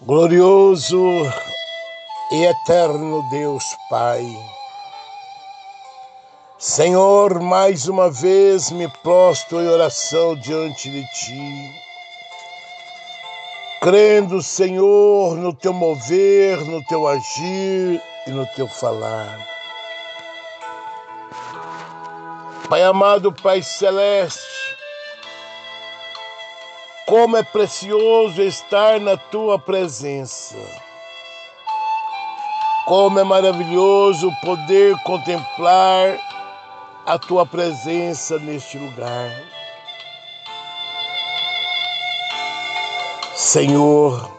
Glorioso e eterno Deus Pai, Senhor, mais uma vez me prostro em oração diante de Ti, crendo, Senhor, no Teu mover, no Teu agir e no Teu falar. Pai amado, Pai celeste, como é precioso estar na Tua presença. Como é maravilhoso poder contemplar a Tua presença neste lugar. Senhor,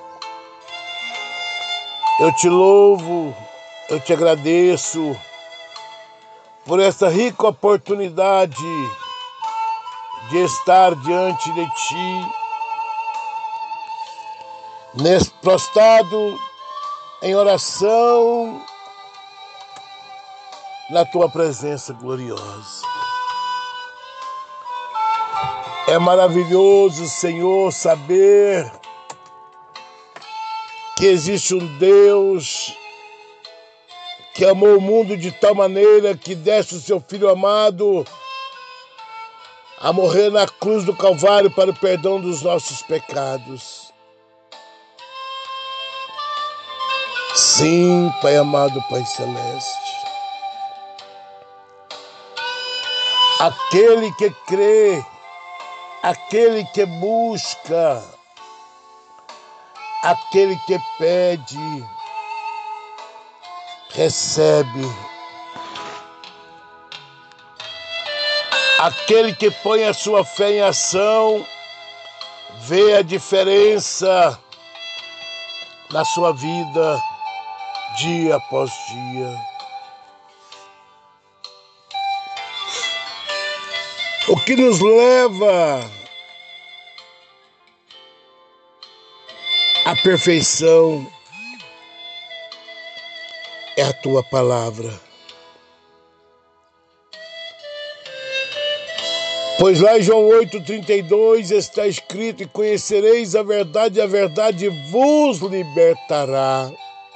eu Te louvo, eu Te agradeço por esta rica oportunidade de estar diante de Ti, prostrado em oração na Tua presença gloriosa. É maravilhoso, Senhor, saber que existe um Deus que amou o mundo de tal maneira que deste o Seu Filho amado a morrer na cruz do Calvário para o perdão dos nossos pecados. Sim, Pai amado, Pai celeste. Aquele que crê, aquele que busca, aquele que pede, recebe. Aquele que põe a sua fé em ação, vê a diferença na sua vida, dia após dia. O que nos leva à perfeição é a Tua palavra. Pois lá em João 8,32 está escrito: e conhecereis a verdade vos libertará.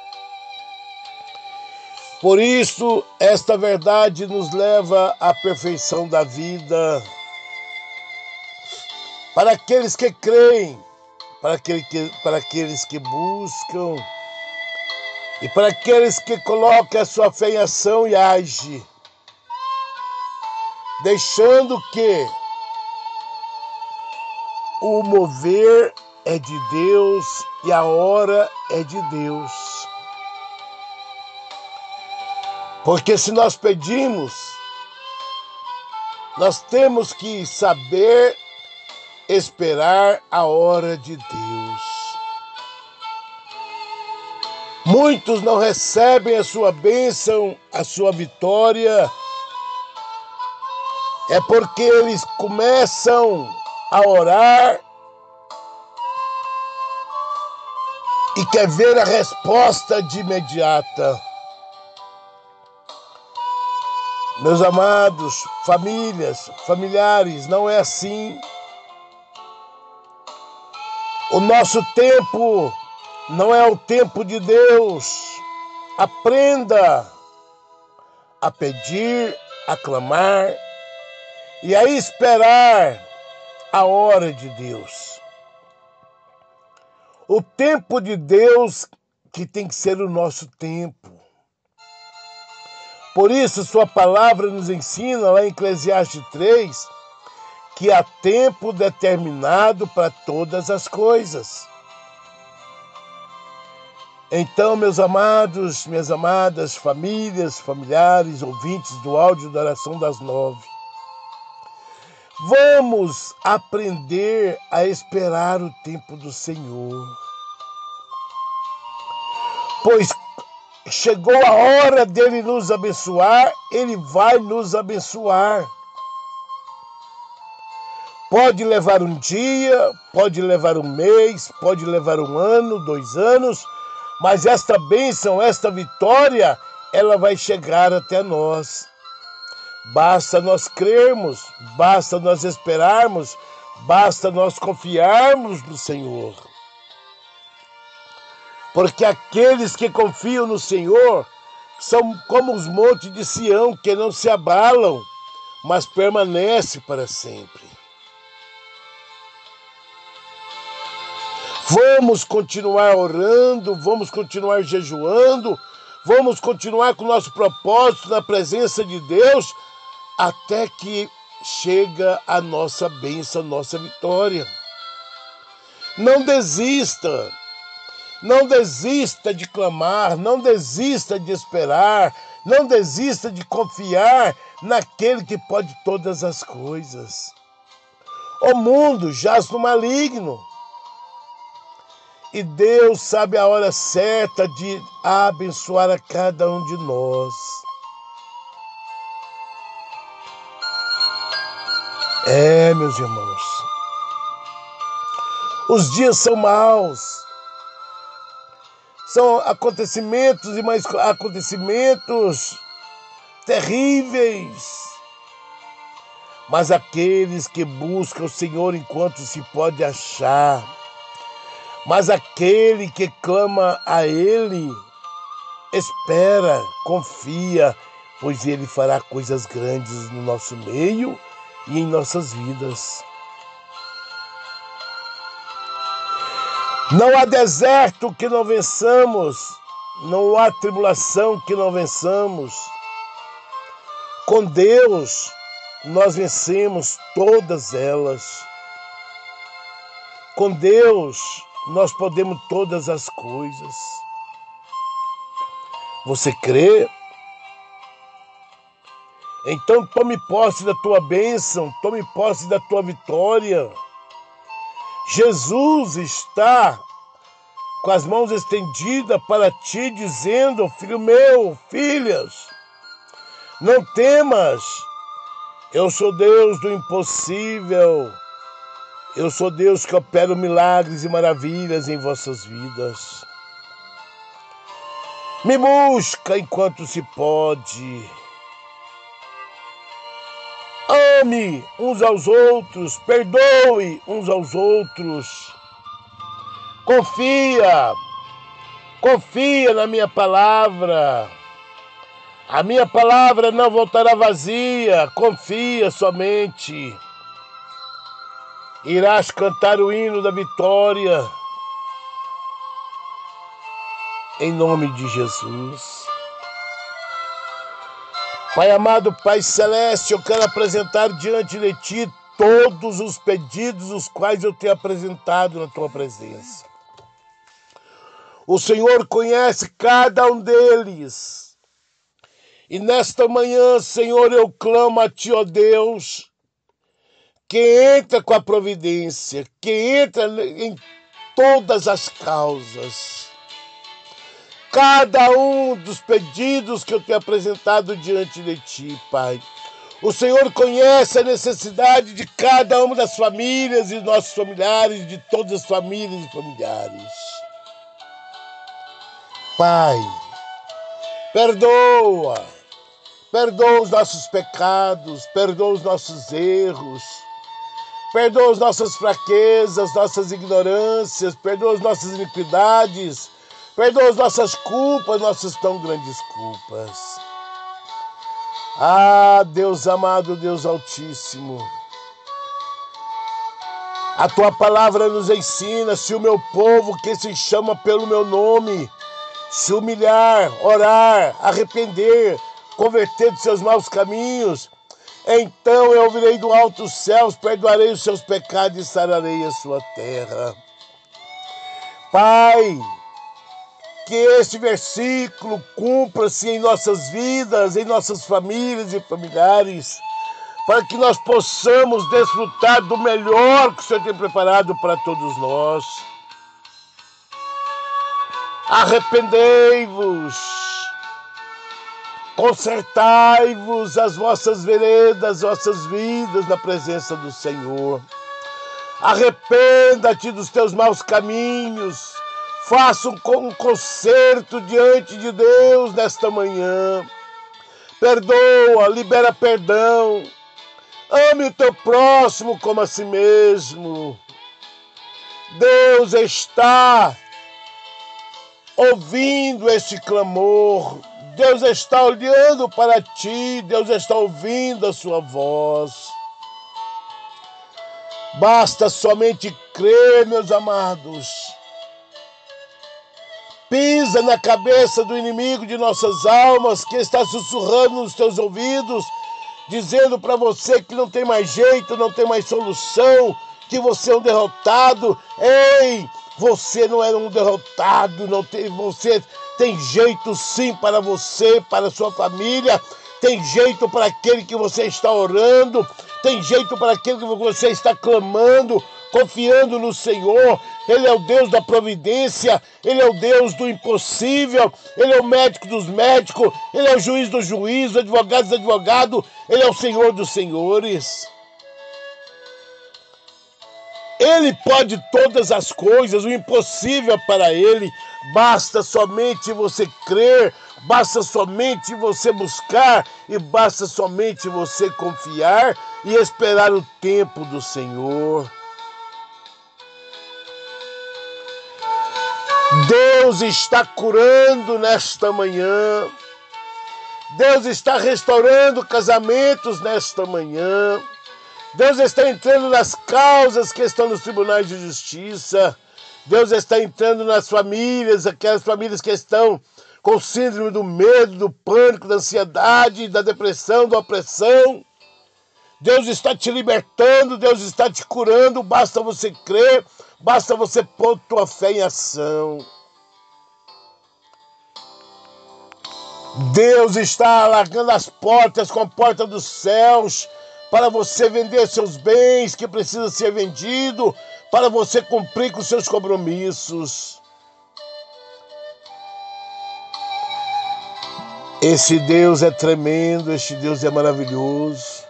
Por isso, esta verdade nos leva à perfeição da vida. Para aqueles que creem, para aqueles que buscam e para aqueles que colocam a sua fé em ação e agem, deixando que o mover é de Deus e a hora é de Deus. Porque se nós pedimos, nós temos que saber esperar a hora de Deus. Muitos não recebem a sua bênção, a sua vitória, é porque eles começam a orar e quer ver a resposta de imediata. Meus amados, familiares, não é assim. O nosso tempo não é o tempo de Deus. Aprenda a pedir, a clamar e a esperar a hora de Deus. O tempo de Deus que tem que ser o nosso tempo. Por isso, Sua palavra nos ensina, lá em Eclesiastes 3, que há tempo determinado para todas as coisas. Então, meus amados, minhas amadas, famílias, familiares, ouvintes do áudio da oração das 9, vamos aprender a esperar o tempo do Senhor. Pois chegou a hora dele nos abençoar, ele vai nos abençoar. Pode levar um dia, pode levar um mês, pode levar um ano, 2 anos, mas esta bênção, esta vitória, ela vai chegar até nós. Basta nós crermos, basta nós esperarmos, basta nós confiarmos no Senhor. Porque aqueles que confiam no Senhor são como os montes de Sião, que não se abalam, mas permanecem para sempre. Vamos continuar orando, vamos continuar jejuando, vamos continuar com o nosso propósito na presença de Deus, até que chega a nossa bênção, a nossa vitória. Não desista. Não desista de clamar, não desista de esperar, não desista de confiar naquele que pode todas as coisas. O mundo jaz no maligno. E Deus sabe a hora certa de abençoar a cada um de nós. Meus irmãos, os dias são maus. São acontecimentos e mais acontecimentos terríveis. Mas aqueles que buscam o Senhor enquanto se pode achar, mas aquele que clama a Ele, espera, confia, pois Ele fará coisas grandes no nosso meio e em nossas vidas. Não há deserto que não vençamos, não há tribulação que não vençamos. Com Deus, nós vencemos todas elas. Com Deus, nós podemos todas as coisas. Você crê? Então tome posse da tua bênção, tome posse da tua vitória. Jesus está com as mãos estendidas para ti, dizendo: filho meu, filhas, não temas, eu sou Deus do impossível, eu sou Deus que opera milagres e maravilhas em vossas vidas. Me busca enquanto se pode. Ame uns aos outros, perdoe uns aos outros. Confia na minha palavra. A minha palavra não voltará vazia, confia somente. Irás cantar o hino da vitória, em nome de Jesus. Pai amado, Pai celeste, eu quero apresentar diante de Ti todos os pedidos os quais eu tenho apresentado na Tua presença. O Senhor conhece cada um deles. E nesta manhã, Senhor, eu clamo a Ti, ó Deus, que entra com a providência, que entra em todas as causas. Cada um dos pedidos que eu tenho apresentado diante de Ti, Pai. O Senhor conhece a necessidade de cada uma das famílias e nossos familiares, de todas as famílias e familiares. Pai, perdoa os nossos pecados, perdoa os nossos erros, perdoa as nossas fraquezas, nossas ignorâncias, perdoa as nossas iniquidades, perdoa as nossas culpas, nossas tão grandes culpas. Ah, Deus amado, Deus altíssimo, a Tua palavra nos ensina: se o meu povo que se chama pelo meu nome se humilhar, orar, arrepender, converter dos seus maus caminhos, então eu virei do alto dos céus, perdoarei os seus pecados e sararei a sua terra. Pai, que este versículo cumpra-se em nossas vidas, em nossas famílias e familiares, para que nós possamos desfrutar do melhor que o Senhor tem preparado para todos nós. Arrependei-vos, consertai-vos as vossas veredas, as vossas vidas na presença do Senhor. Arrependa-te dos teus maus caminhos, faça um concerto diante de Deus nesta manhã. Perdoa, libera perdão, ame o teu próximo como a si mesmo. Deus está ouvindo este clamor. Deus está olhando para ti, Deus está ouvindo a sua voz. Basta somente crer, meus amados. Pisa na cabeça do inimigo de nossas almas, que está sussurrando nos teus ouvidos, dizendo para você que não tem mais jeito, não tem mais solução, que você é um derrotado. Ei, você não é um derrotado, você tem jeito sim para você, para a sua família, tem jeito para aquele que você está orando, tem jeito para aquele que você está clamando, confiando no Senhor. Ele é o Deus da providência, Ele é o Deus do impossível, Ele é o médico dos médicos, Ele é o juiz dos juízes, o advogado dos advogados, Ele é o Senhor dos senhores. Ele pode todas as coisas, o impossível para Ele. Basta somente você crer, basta somente você buscar e basta somente você confiar e esperar o tempo do Senhor. Deus está curando nesta manhã. Deus está restaurando casamentos nesta manhã. Deus está entrando nas causas que estão nos tribunais de justiça. Deus está entrando nas famílias, aquelas famílias que estão com síndrome do medo, do pânico, da ansiedade, da depressão, da opressão. Deus está te libertando, Deus está te curando. Basta você crer, basta você pôr tua fé em ação. Deus está alargando as portas com a porta dos céus para você vender seus bens que precisam ser vendidos, para você cumprir com seus compromissos. Esse Deus é tremendo, este Deus é maravilhoso.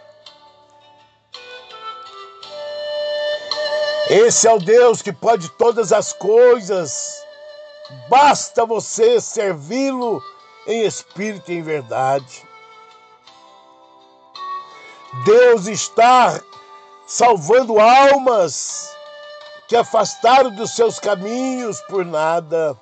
Esse é o Deus que pode todas as coisas. Basta você servi-lo em espírito e em verdade. Deus está salvando almas que afastaram dos seus caminhos por nada.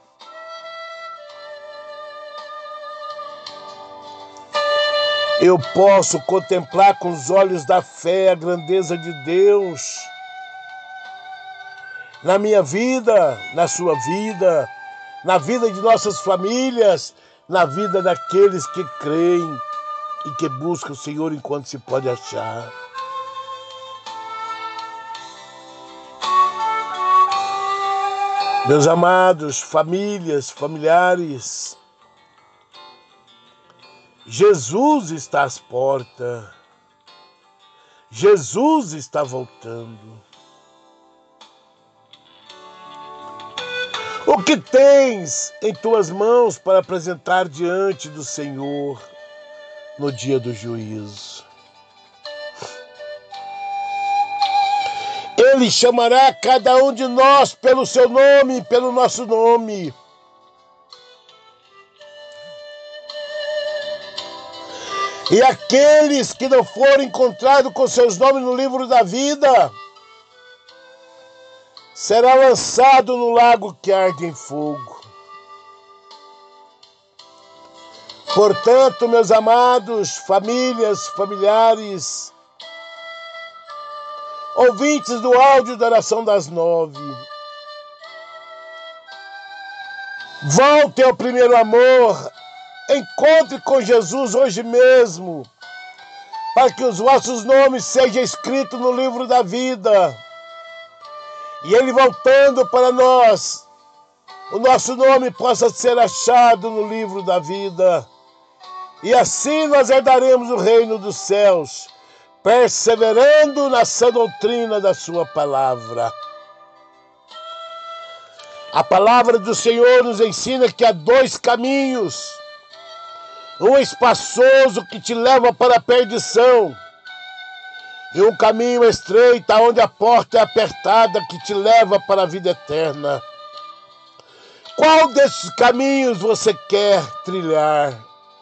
Eu posso contemplar com os olhos da fé a grandeza de Deus na minha vida, na sua vida, na vida de nossas famílias, na vida daqueles que creem e que buscam o Senhor enquanto se pode achar. Meus amados, famílias, familiares, Jesus está às portas. Jesus está voltando. O que tens em tuas mãos para apresentar diante do Senhor no dia do juízo? Ele chamará cada um de nós pelo seu nome, pelo nosso nome. E aqueles que não forem encontrados com seus nomes no livro da vida, será lançado no lago que arde em fogo. Portanto, meus amados, famílias, familiares, ouvintes do áudio da oração das 9, volte ao primeiro amor, encontre com Jesus hoje mesmo, para que os vossos nomes sejam escritos no livro da vida. E Ele voltando para nós, o nosso nome possa ser achado no livro da vida. E assim nós herdaremos o reino dos céus, perseverando na sã doutrina da sua palavra. A palavra do Senhor nos ensina que há dois caminhos. Um espaçoso que te leva para a perdição, e um caminho estreito, onde a porta é apertada, que te leva para a vida eterna. Qual desses caminhos você quer trilhar?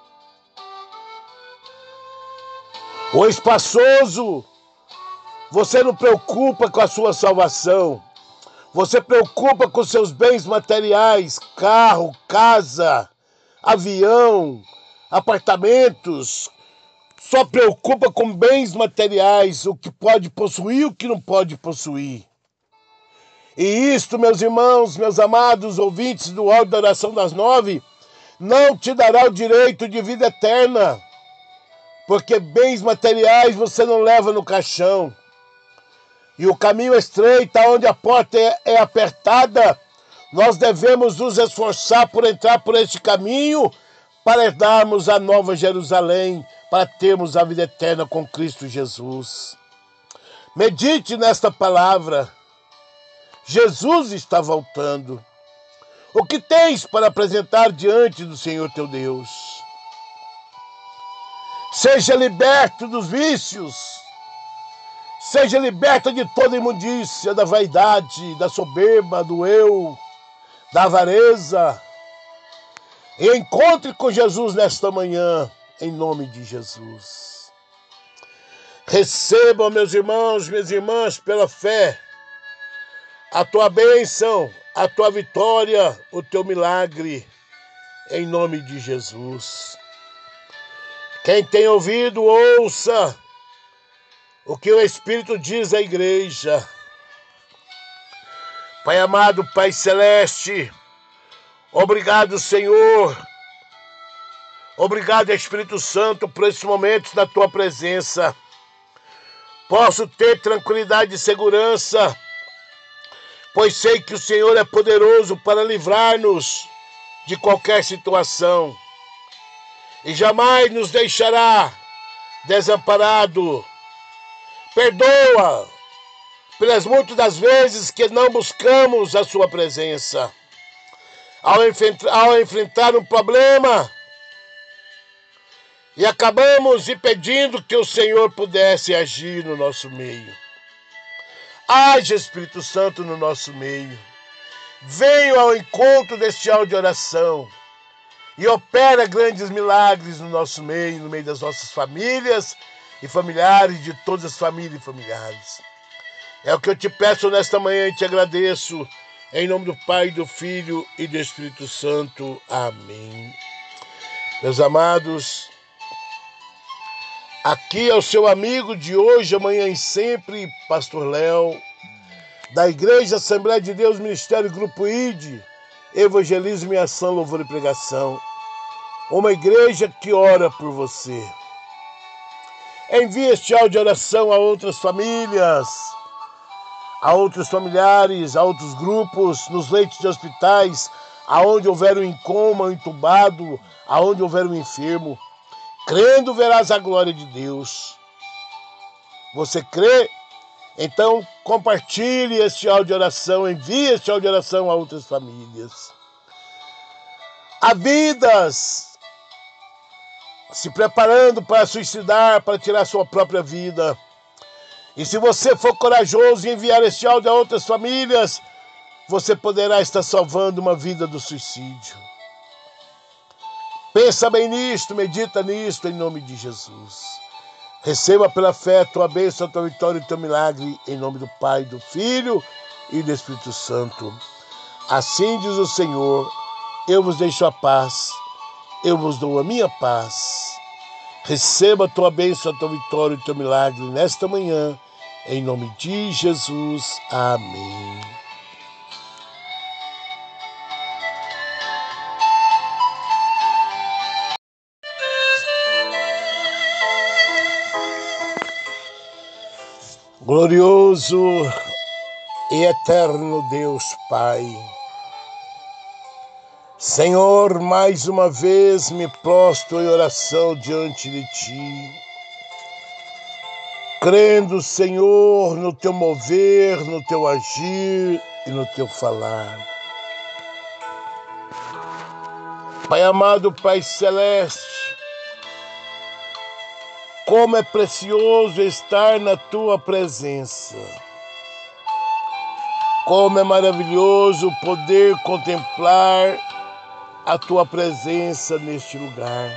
O espaçoso, você não preocupa com a sua salvação. Você preocupa com seus bens materiais, carro, casa, avião, apartamentos. Só preocupa com bens materiais, o que pode possuir e o que não pode possuir. E isto, meus irmãos, meus amados ouvintes do áudio da oração das 9, não te dará o direito de vida eterna, porque bens materiais você não leva no caixão. E o caminho estreito, onde a porta é apertada, nós devemos nos esforçar por entrar por este caminho para herdarmos a nova Jerusalém, para termos a vida eterna com Cristo Jesus. Medite nesta palavra. Jesus está voltando. O que tens para apresentar diante do Senhor teu Deus? Seja liberto dos vícios. Seja liberto de toda imundícia, da vaidade, da soberba, do eu, da avareza. E encontre com Jesus nesta manhã, em nome de Jesus. Recebam, meus irmãos, minhas irmãs, pela fé, a tua bênção, a tua vitória, o teu milagre, em nome de Jesus. Quem tem ouvido, ouça o que o Espírito diz à igreja. Pai amado, Pai celeste, obrigado, Senhor. Obrigado, Espírito Santo, por esses momentos da tua presença. Posso ter tranquilidade e segurança, pois sei que o Senhor é poderoso para livrar-nos de qualquer situação e jamais nos deixará desamparado. Perdoa pelas muitas das vezes que não buscamos a sua presença. Ao enfrentar um problema e acabamos impedindo que o Senhor pudesse agir no nosso meio. Age, Espírito Santo, no nosso meio. Venha ao encontro deste áudio de oração e opera grandes milagres no nosso meio, no meio das nossas famílias e familiares, de todas as famílias e familiares. É o que eu te peço nesta manhã e te agradeço, em nome do Pai, do Filho e do Espírito Santo. Amém. Meus amados, aqui é o seu amigo de hoje, amanhã e sempre, Pastor Léo, da Igreja Assembleia de Deus, Ministério Grupo ID, Evangelismo e Ação, Louvor e Pregação. Uma igreja que ora por você. Envie este áudio de oração a outras famílias, a outros familiares, a outros grupos, nos leitos de hospitais, aonde houver um em coma, um entubado, aonde houver um enfermo. Crendo verás a glória de Deus. Você crê? Então compartilhe este áudio de oração, envie este áudio de oração a outras famílias. Há vidas se preparando para suicidar, para tirar sua própria vida. E se você for corajoso e enviar este áudio a outras famílias, você poderá estar salvando uma vida do suicídio. Pensa bem nisto, medita nisto, em nome de Jesus. Receba pela fé a tua bênção, a tua vitória e o teu milagre, em nome do Pai, do Filho e do Espírito Santo. Assim diz o Senhor, eu vos deixo a paz, eu vos dou a minha paz. Receba a tua bênção, a tua vitória e o teu milagre nesta manhã, em nome de Jesus. Amém. Glorioso e eterno Deus Pai, Senhor, mais uma vez me prostro em oração diante de Ti, crendo, Senhor, no Teu mover, no Teu agir e no Teu falar. Pai amado, Pai celeste, como é precioso estar na Tua presença. Como é maravilhoso poder contemplar a Tua presença neste lugar.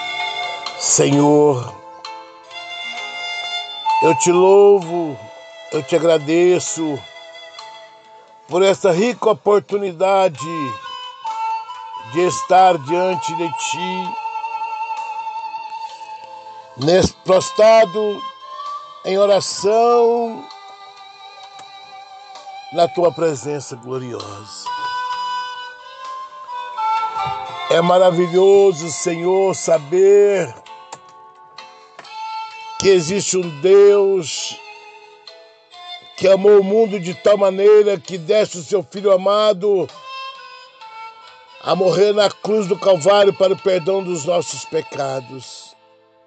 Senhor, eu Te louvo, eu te agradeço por esta rica oportunidade de estar diante de Ti, prostrado em oração na Tua presença gloriosa. É maravilhoso, Senhor, saber que existe um Deus que amou o mundo de tal maneira que deste o seu Filho amado a morrer na cruz do Calvário para o perdão dos nossos pecados.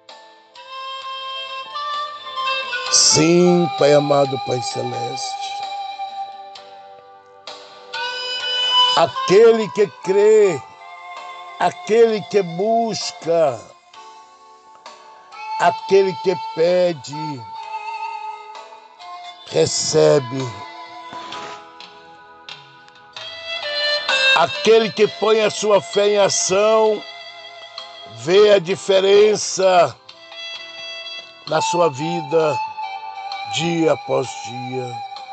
Sim, Pai amado, Pai celeste. Aquele que crê, aquele que busca, aquele que pede, recebe. Aquele que põe a sua fé em ação, vê a diferença na sua vida, dia após dia.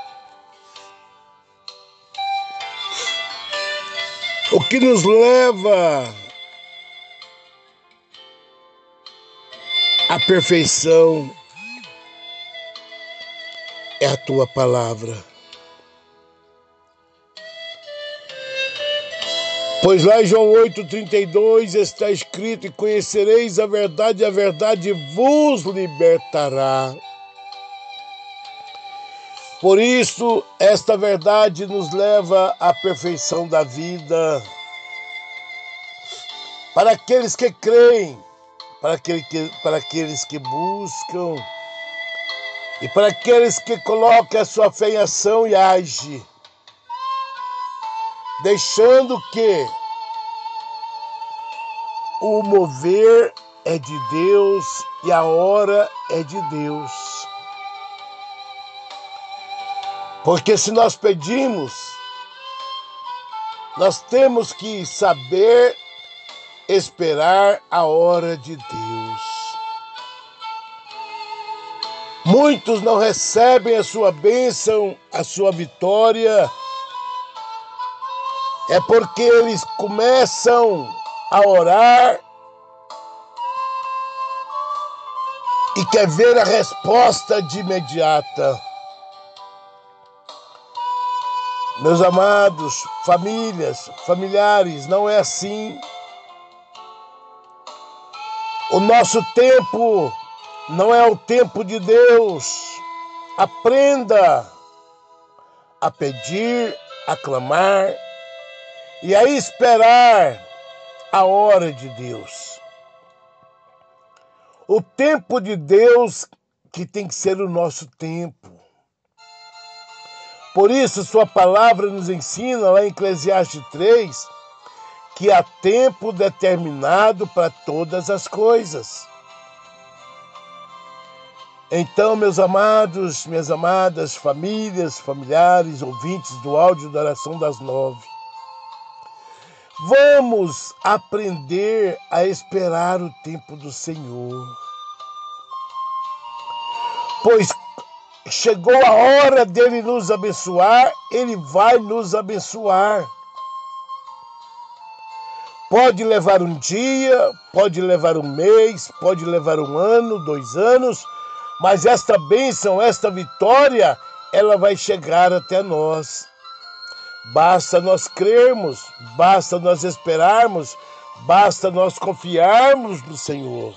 O que nos leva à perfeição é a Tua palavra. Pois lá em João 8,32 está escrito: e conhecereis a verdade vos libertará. Por isso, esta verdade nos leva à perfeição da vida. Para aqueles que creem, para aqueles que buscam e para aqueles que colocam a sua fé em ação e agem, deixando que o mover é de Deus e a hora é de Deus. Porque se nós pedimos, nós temos que saber esperar a hora de Deus. Muitos não recebem a sua bênção, a sua vitória, é porque eles começam a orar e quer ver a resposta de imediata. Meus amados, familiares, não é assim. O nosso tempo não é o tempo de Deus. Aprenda a pedir, a clamar e a esperar a hora de Deus. O tempo de Deus que tem que ser o nosso tempo. Por isso, sua palavra nos ensina, lá em Eclesiastes 3, que há tempo determinado para todas as coisas. Então, meus amados, minhas amadas, famílias, familiares, ouvintes do áudio da oração das 9, vamos aprender a esperar o tempo do Senhor. Pois chegou a hora dele nos abençoar, ele vai nos abençoar. Pode levar um dia, pode levar um mês, pode levar um ano, 2 anos, mas esta bênção, esta vitória, ela vai chegar até nós. Basta nós crermos, basta nós esperarmos, basta nós confiarmos no Senhor.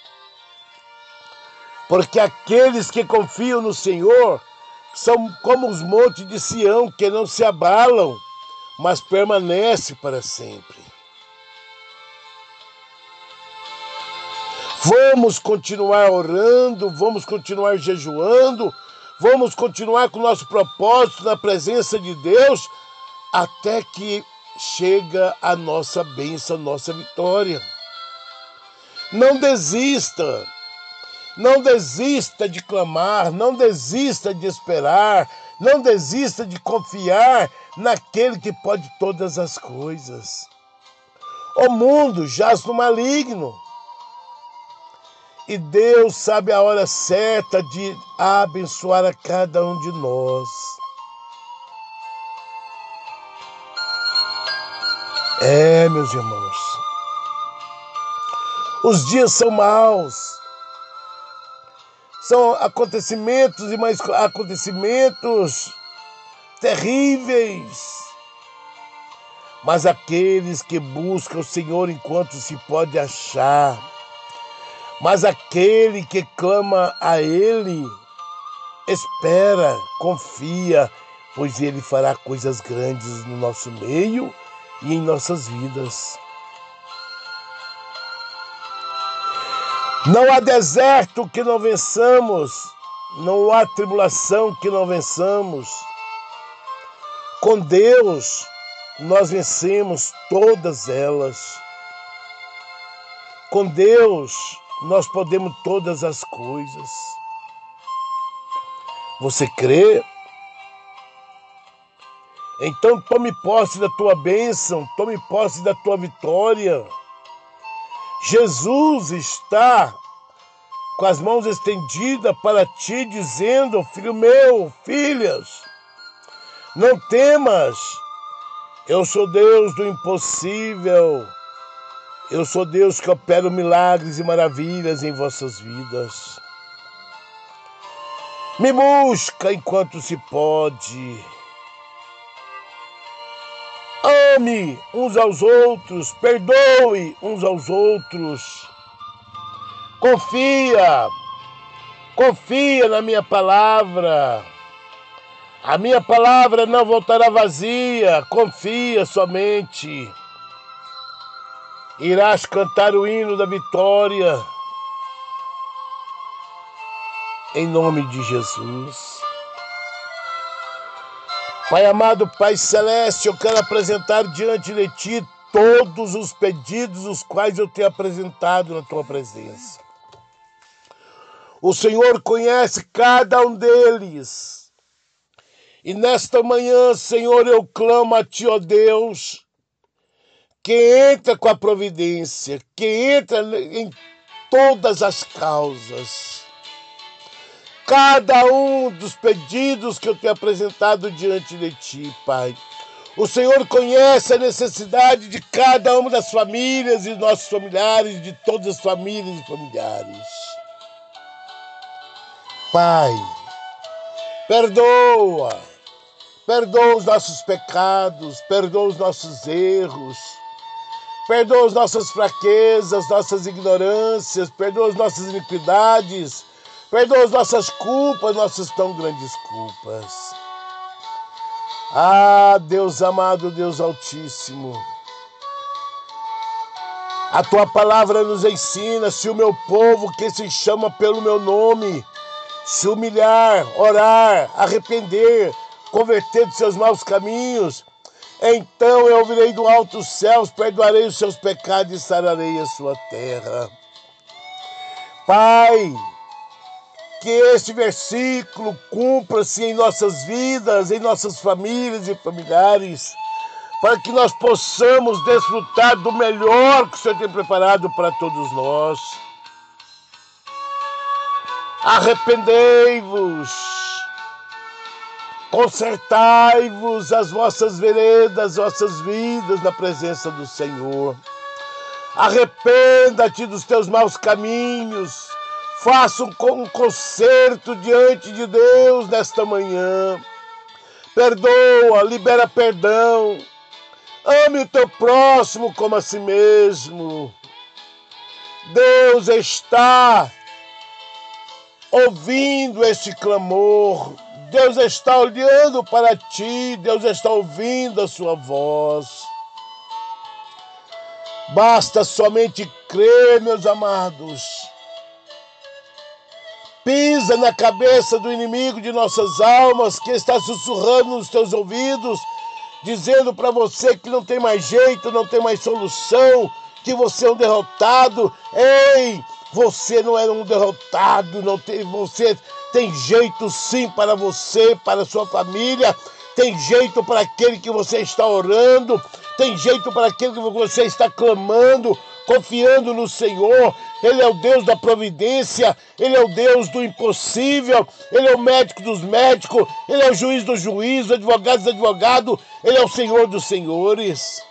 Porque aqueles que confiam no Senhor são como os montes de Sião, que não se abalam, mas permanecem para sempre. Vamos continuar orando, vamos continuar jejuando, vamos continuar com o nosso propósito na presença de Deus, até que chega a nossa bênção, a nossa vitória. Não desista. Não desista de clamar, não desista de esperar, não desista de confiar naquele que pode todas as coisas. O mundo jaz no maligno. E Deus sabe a hora certa de abençoar a cada um de nós. Meus irmãos, os dias são maus, são acontecimentos e mais acontecimentos terríveis, mas aqueles que buscam o Senhor enquanto se pode achar, mas aquele que clama a Ele, espera, confia, pois Ele fará coisas grandes no nosso meio e em nossas vidas. Não há deserto que não vençamos, não há tribulação que não vençamos. Com Deus, nós vencemos todas elas. Com Deus, nós podemos todas as coisas. Você crê? Então tome posse da tua bênção, tome posse da tua vitória. Jesus está com as mãos estendidas para ti, dizendo: filho meu, filhas, não temas, eu sou Deus do impossível, eu sou Deus que opera milagres e maravilhas em vossas vidas. Me busca enquanto se pode. Ame uns aos outros, perdoe uns aos outros. Confia na minha palavra. A minha palavra não voltará vazia, confia somente. Irás cantar o hino da vitória, em nome de Jesus. Pai amado, Pai celeste, eu quero apresentar diante de Ti todos os pedidos os quais eu tenho apresentado na Tua presença. O Senhor conhece cada um deles. E nesta manhã, Senhor, eu clamo a Ti, ó Deus, que entra com a providência, que entra em todas as causas. Cada um dos pedidos que eu tenho apresentado diante de Ti, Pai. O Senhor conhece a necessidade de cada uma das famílias e nossos familiares, de todas as famílias e familiares. Pai, perdoa os nossos pecados, perdoa os nossos erros, perdoa as nossas fraquezas, nossas ignorâncias, perdoa as nossas iniquidades, perdoa as nossas culpas, nossas tão grandes culpas. Ah, Deus amado, Deus altíssimo, a Tua palavra nos ensina: se o meu povo, que se chama pelo meu nome, se humilhar, orar, arrepender, converter de seus maus caminhos, então eu ouvirei do alto os céus, perdoarei os seus pecados e sararei a sua terra. Pai, que este versículo cumpra-se em nossas vidas, em nossas famílias e familiares, para que nós possamos desfrutar do melhor que o Senhor tem preparado para todos nós. Arrependei-vos, consertai-vos as vossas veredas, vossas vidas na presença do Senhor. Arrependa-te dos teus maus caminhos, faça um concerto diante de Deus nesta manhã. Perdoa, libera perdão, ame o teu próximo como a si mesmo. Deus está ouvindo este clamor, Deus está olhando para ti, Deus está ouvindo a sua voz. Basta somente crer, meus amados. Pisa na cabeça do inimigo de nossas almas, que está sussurrando nos teus ouvidos, dizendo para você que não tem mais jeito, não tem mais solução, que você é um derrotado. Ei, você não é um derrotado, você tem jeito sim para você, para a sua família, tem jeito para aquele que você está orando, tem jeito para aquele que você está clamando, confiando no Senhor. Ele é o Deus da providência, Ele é o Deus do impossível, Ele é o médico dos médicos, Ele é o juiz do juiz, o advogado dos advogados, Ele é o Senhor dos senhores.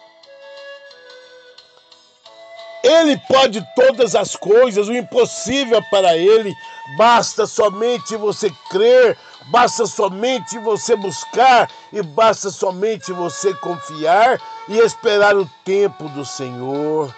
Ele pode todas as coisas, o impossível para Ele. Basta somente você crer, basta somente você buscar e basta somente você confiar e esperar o tempo do Senhor.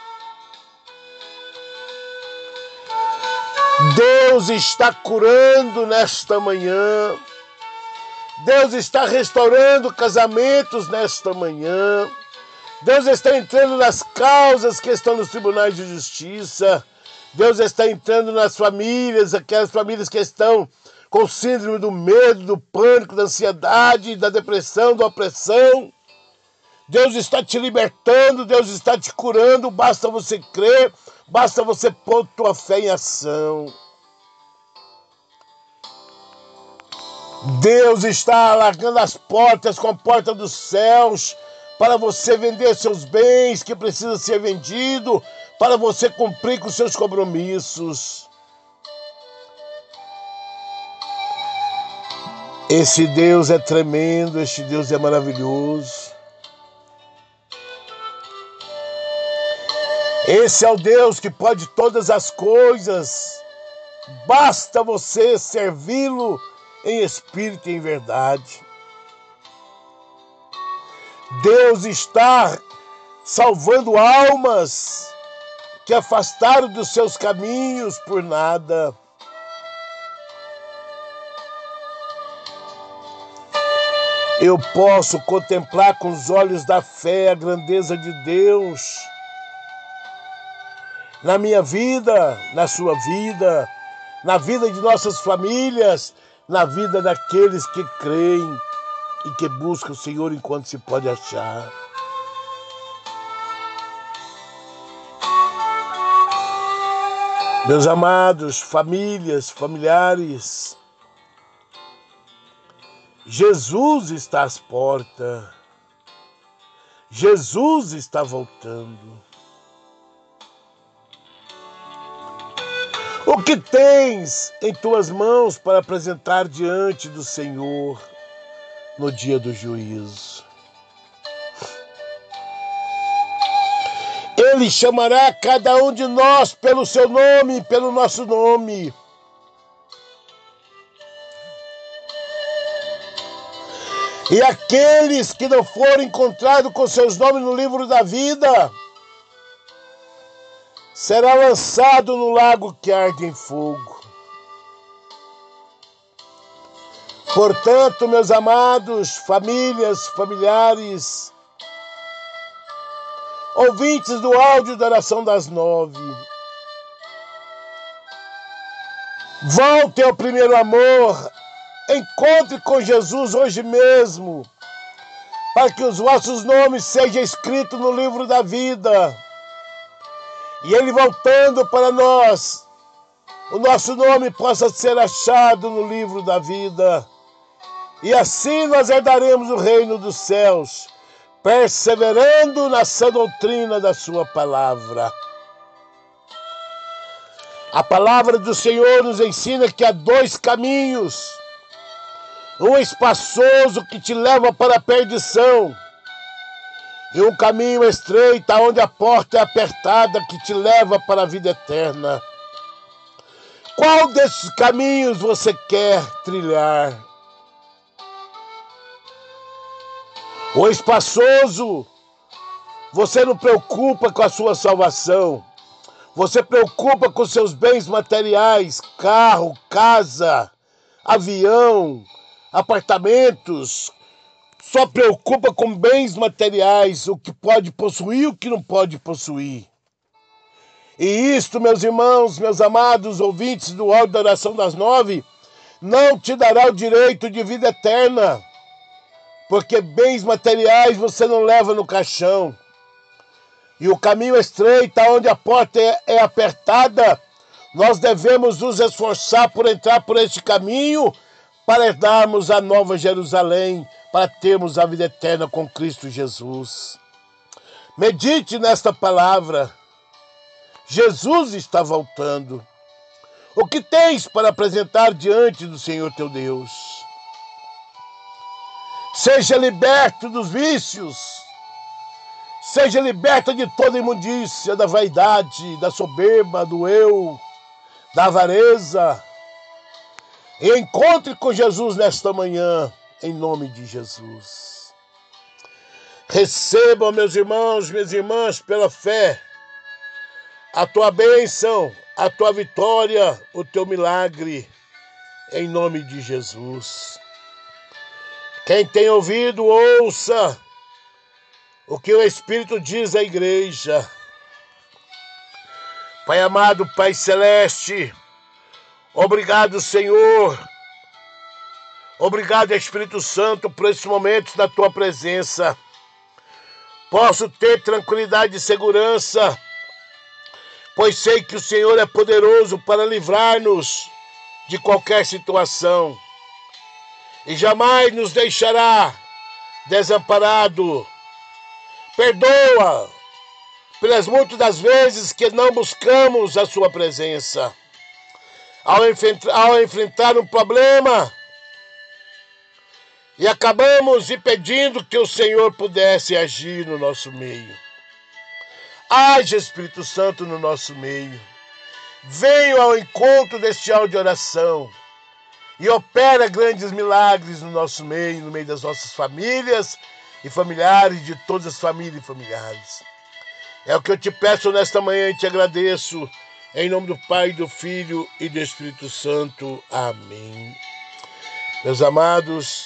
Deus está curando nesta manhã. Deus está restaurando casamentos nesta manhã. Deus está entrando nas causas que estão nos tribunais de justiça. Deus está entrando nas famílias, aquelas famílias que estão com síndrome do medo, do pânico, da ansiedade, da depressão, da opressão. Deus está te libertando, Deus está te curando, basta você crer, basta você pôr tua fé em ação. Deus está alargando as portas com a porta dos céus para você vender seus bens que precisam ser vendidos, para você cumprir com seus compromissos. Esse Deus é tremendo, este Deus é maravilhoso. Esse é o Deus que pode todas as coisas. Basta você servi-lo em espírito e em verdade. Deus está salvando almas que afastaram dos seus caminhos por nada. Eu posso contemplar com os olhos da fé a grandeza de Deus na minha vida, na sua vida, na vida de nossas famílias, na vida daqueles que creem e que buscam o Senhor enquanto se pode achar. Meus amados, famílias, familiares, Jesus está às portas. Jesus está voltando. O que tens em tuas mãos para apresentar diante do Senhor no dia do juízo? Ele chamará cada um de nós pelo seu nome, pelo nosso nome. E aqueles que não forem encontrados com seus nomes no livro da vida, será lançado no lago que arde em fogo. Portanto, meus amados, famílias, familiares, ouvintes do áudio da oração das 9, volte ao primeiro amor, encontre com Jesus hoje mesmo, para que os vossos nomes sejam escritos no livro da vida. E Ele voltando para nós, o nosso nome possa ser achado no livro da vida. E assim nós herdaremos o reino dos céus, perseverando na sã doutrina da sua palavra. A palavra do Senhor nos ensina que há dois caminhos. Um espaçoso que te leva para a perdição, e um caminho estreito, onde a porta é apertada, que te leva para a vida eterna. Qual desses caminhos você quer trilhar? O espaçoso, você não preocupa com a sua salvação. Você preocupa com seus bens materiais, carro, casa, avião, apartamentos. Só preocupa com bens materiais, o que pode possuir e o que não pode possuir. E isto, meus irmãos, meus amados ouvintes do áudio da oração das 9, não te dará o direito de vida eterna, porque bens materiais você não leva no caixão. E o caminho estreito, onde a porta é apertada, nós devemos nos esforçar por entrar por este caminho para herdarmos a Nova Jerusalém, para termos a vida eterna com Cristo Jesus. Medite nesta palavra. Jesus está voltando. O que tens para apresentar diante do Senhor teu Deus? Seja liberto dos vícios. Seja liberta de toda imundícia, da vaidade, da soberba, do eu, da avareza. E encontre com Jesus nesta manhã, em nome de Jesus. Recebam, meus irmãos, minhas irmãs, pela fé, a tua bênção, a tua vitória, o teu milagre, em nome de Jesus. Quem tem ouvido, ouça o que o Espírito diz à igreja. Pai amado, Pai celeste, obrigado, Senhor. Obrigado, Espírito Santo, por esses momentos da tua presença. Posso ter tranquilidade e segurança, pois sei que o Senhor é poderoso para livrar-nos de qualquer situação e jamais nos deixará desamparado. Perdoa pelas muitas das vezes que não buscamos a sua presença. Ao enfrentar um problema e acabamos impedindo que o Senhor pudesse agir no nosso meio. Age, Espírito Santo, no nosso meio. Venha ao encontro deste áudio de oração e opera grandes milagres no nosso meio, no meio das nossas famílias e familiares, de todas as famílias e familiares. É o que eu te peço nesta manhã e te agradeço, em nome do Pai, do Filho e do Espírito Santo. Amém. Meus amados,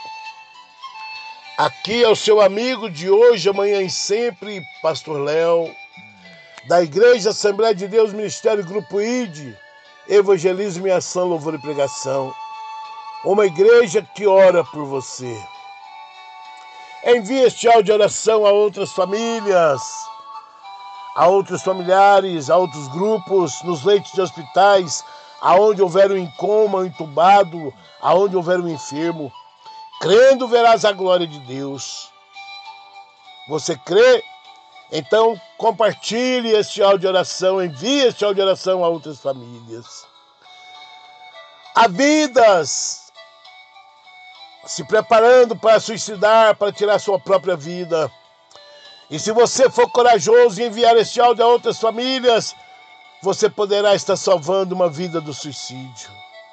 aqui é o seu amigo de hoje, amanhã e sempre, Pastor Léo, da Igreja Assembleia de Deus, Ministério Grupo ID, Evangelismo e Ação, Louvor e Pregação. Uma igreja que ora por você. Envie este áudio de oração a outras famílias, a outros familiares, a outros grupos, nos leitos de hospitais, aonde houver um em coma, um entubado, aonde houver um enfermo. Crendo verás a glória de Deus. Você crê? Então compartilhe este áudio de oração, envie este áudio de oração a outras famílias. Há vidas se preparando para suicidar, para tirar sua própria vida. E se você for corajoso e enviar este áudio a outras famílias, você poderá estar salvando uma vida do suicídio.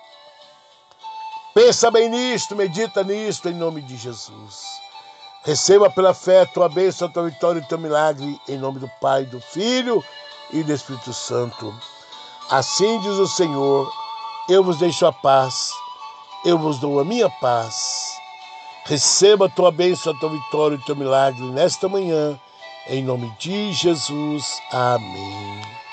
Pensa bem nisto, medita nisto, em nome de Jesus. Receba pela fé a tua bênção, a tua vitória e o teu milagre, em nome do Pai, do Filho e do Espírito Santo. Assim diz o Senhor, eu vos deixo a paz, eu vos dou a minha paz. Receba a tua bênção, a tua vitória e o teu milagre nesta manhã, em nome de Jesus. Amém.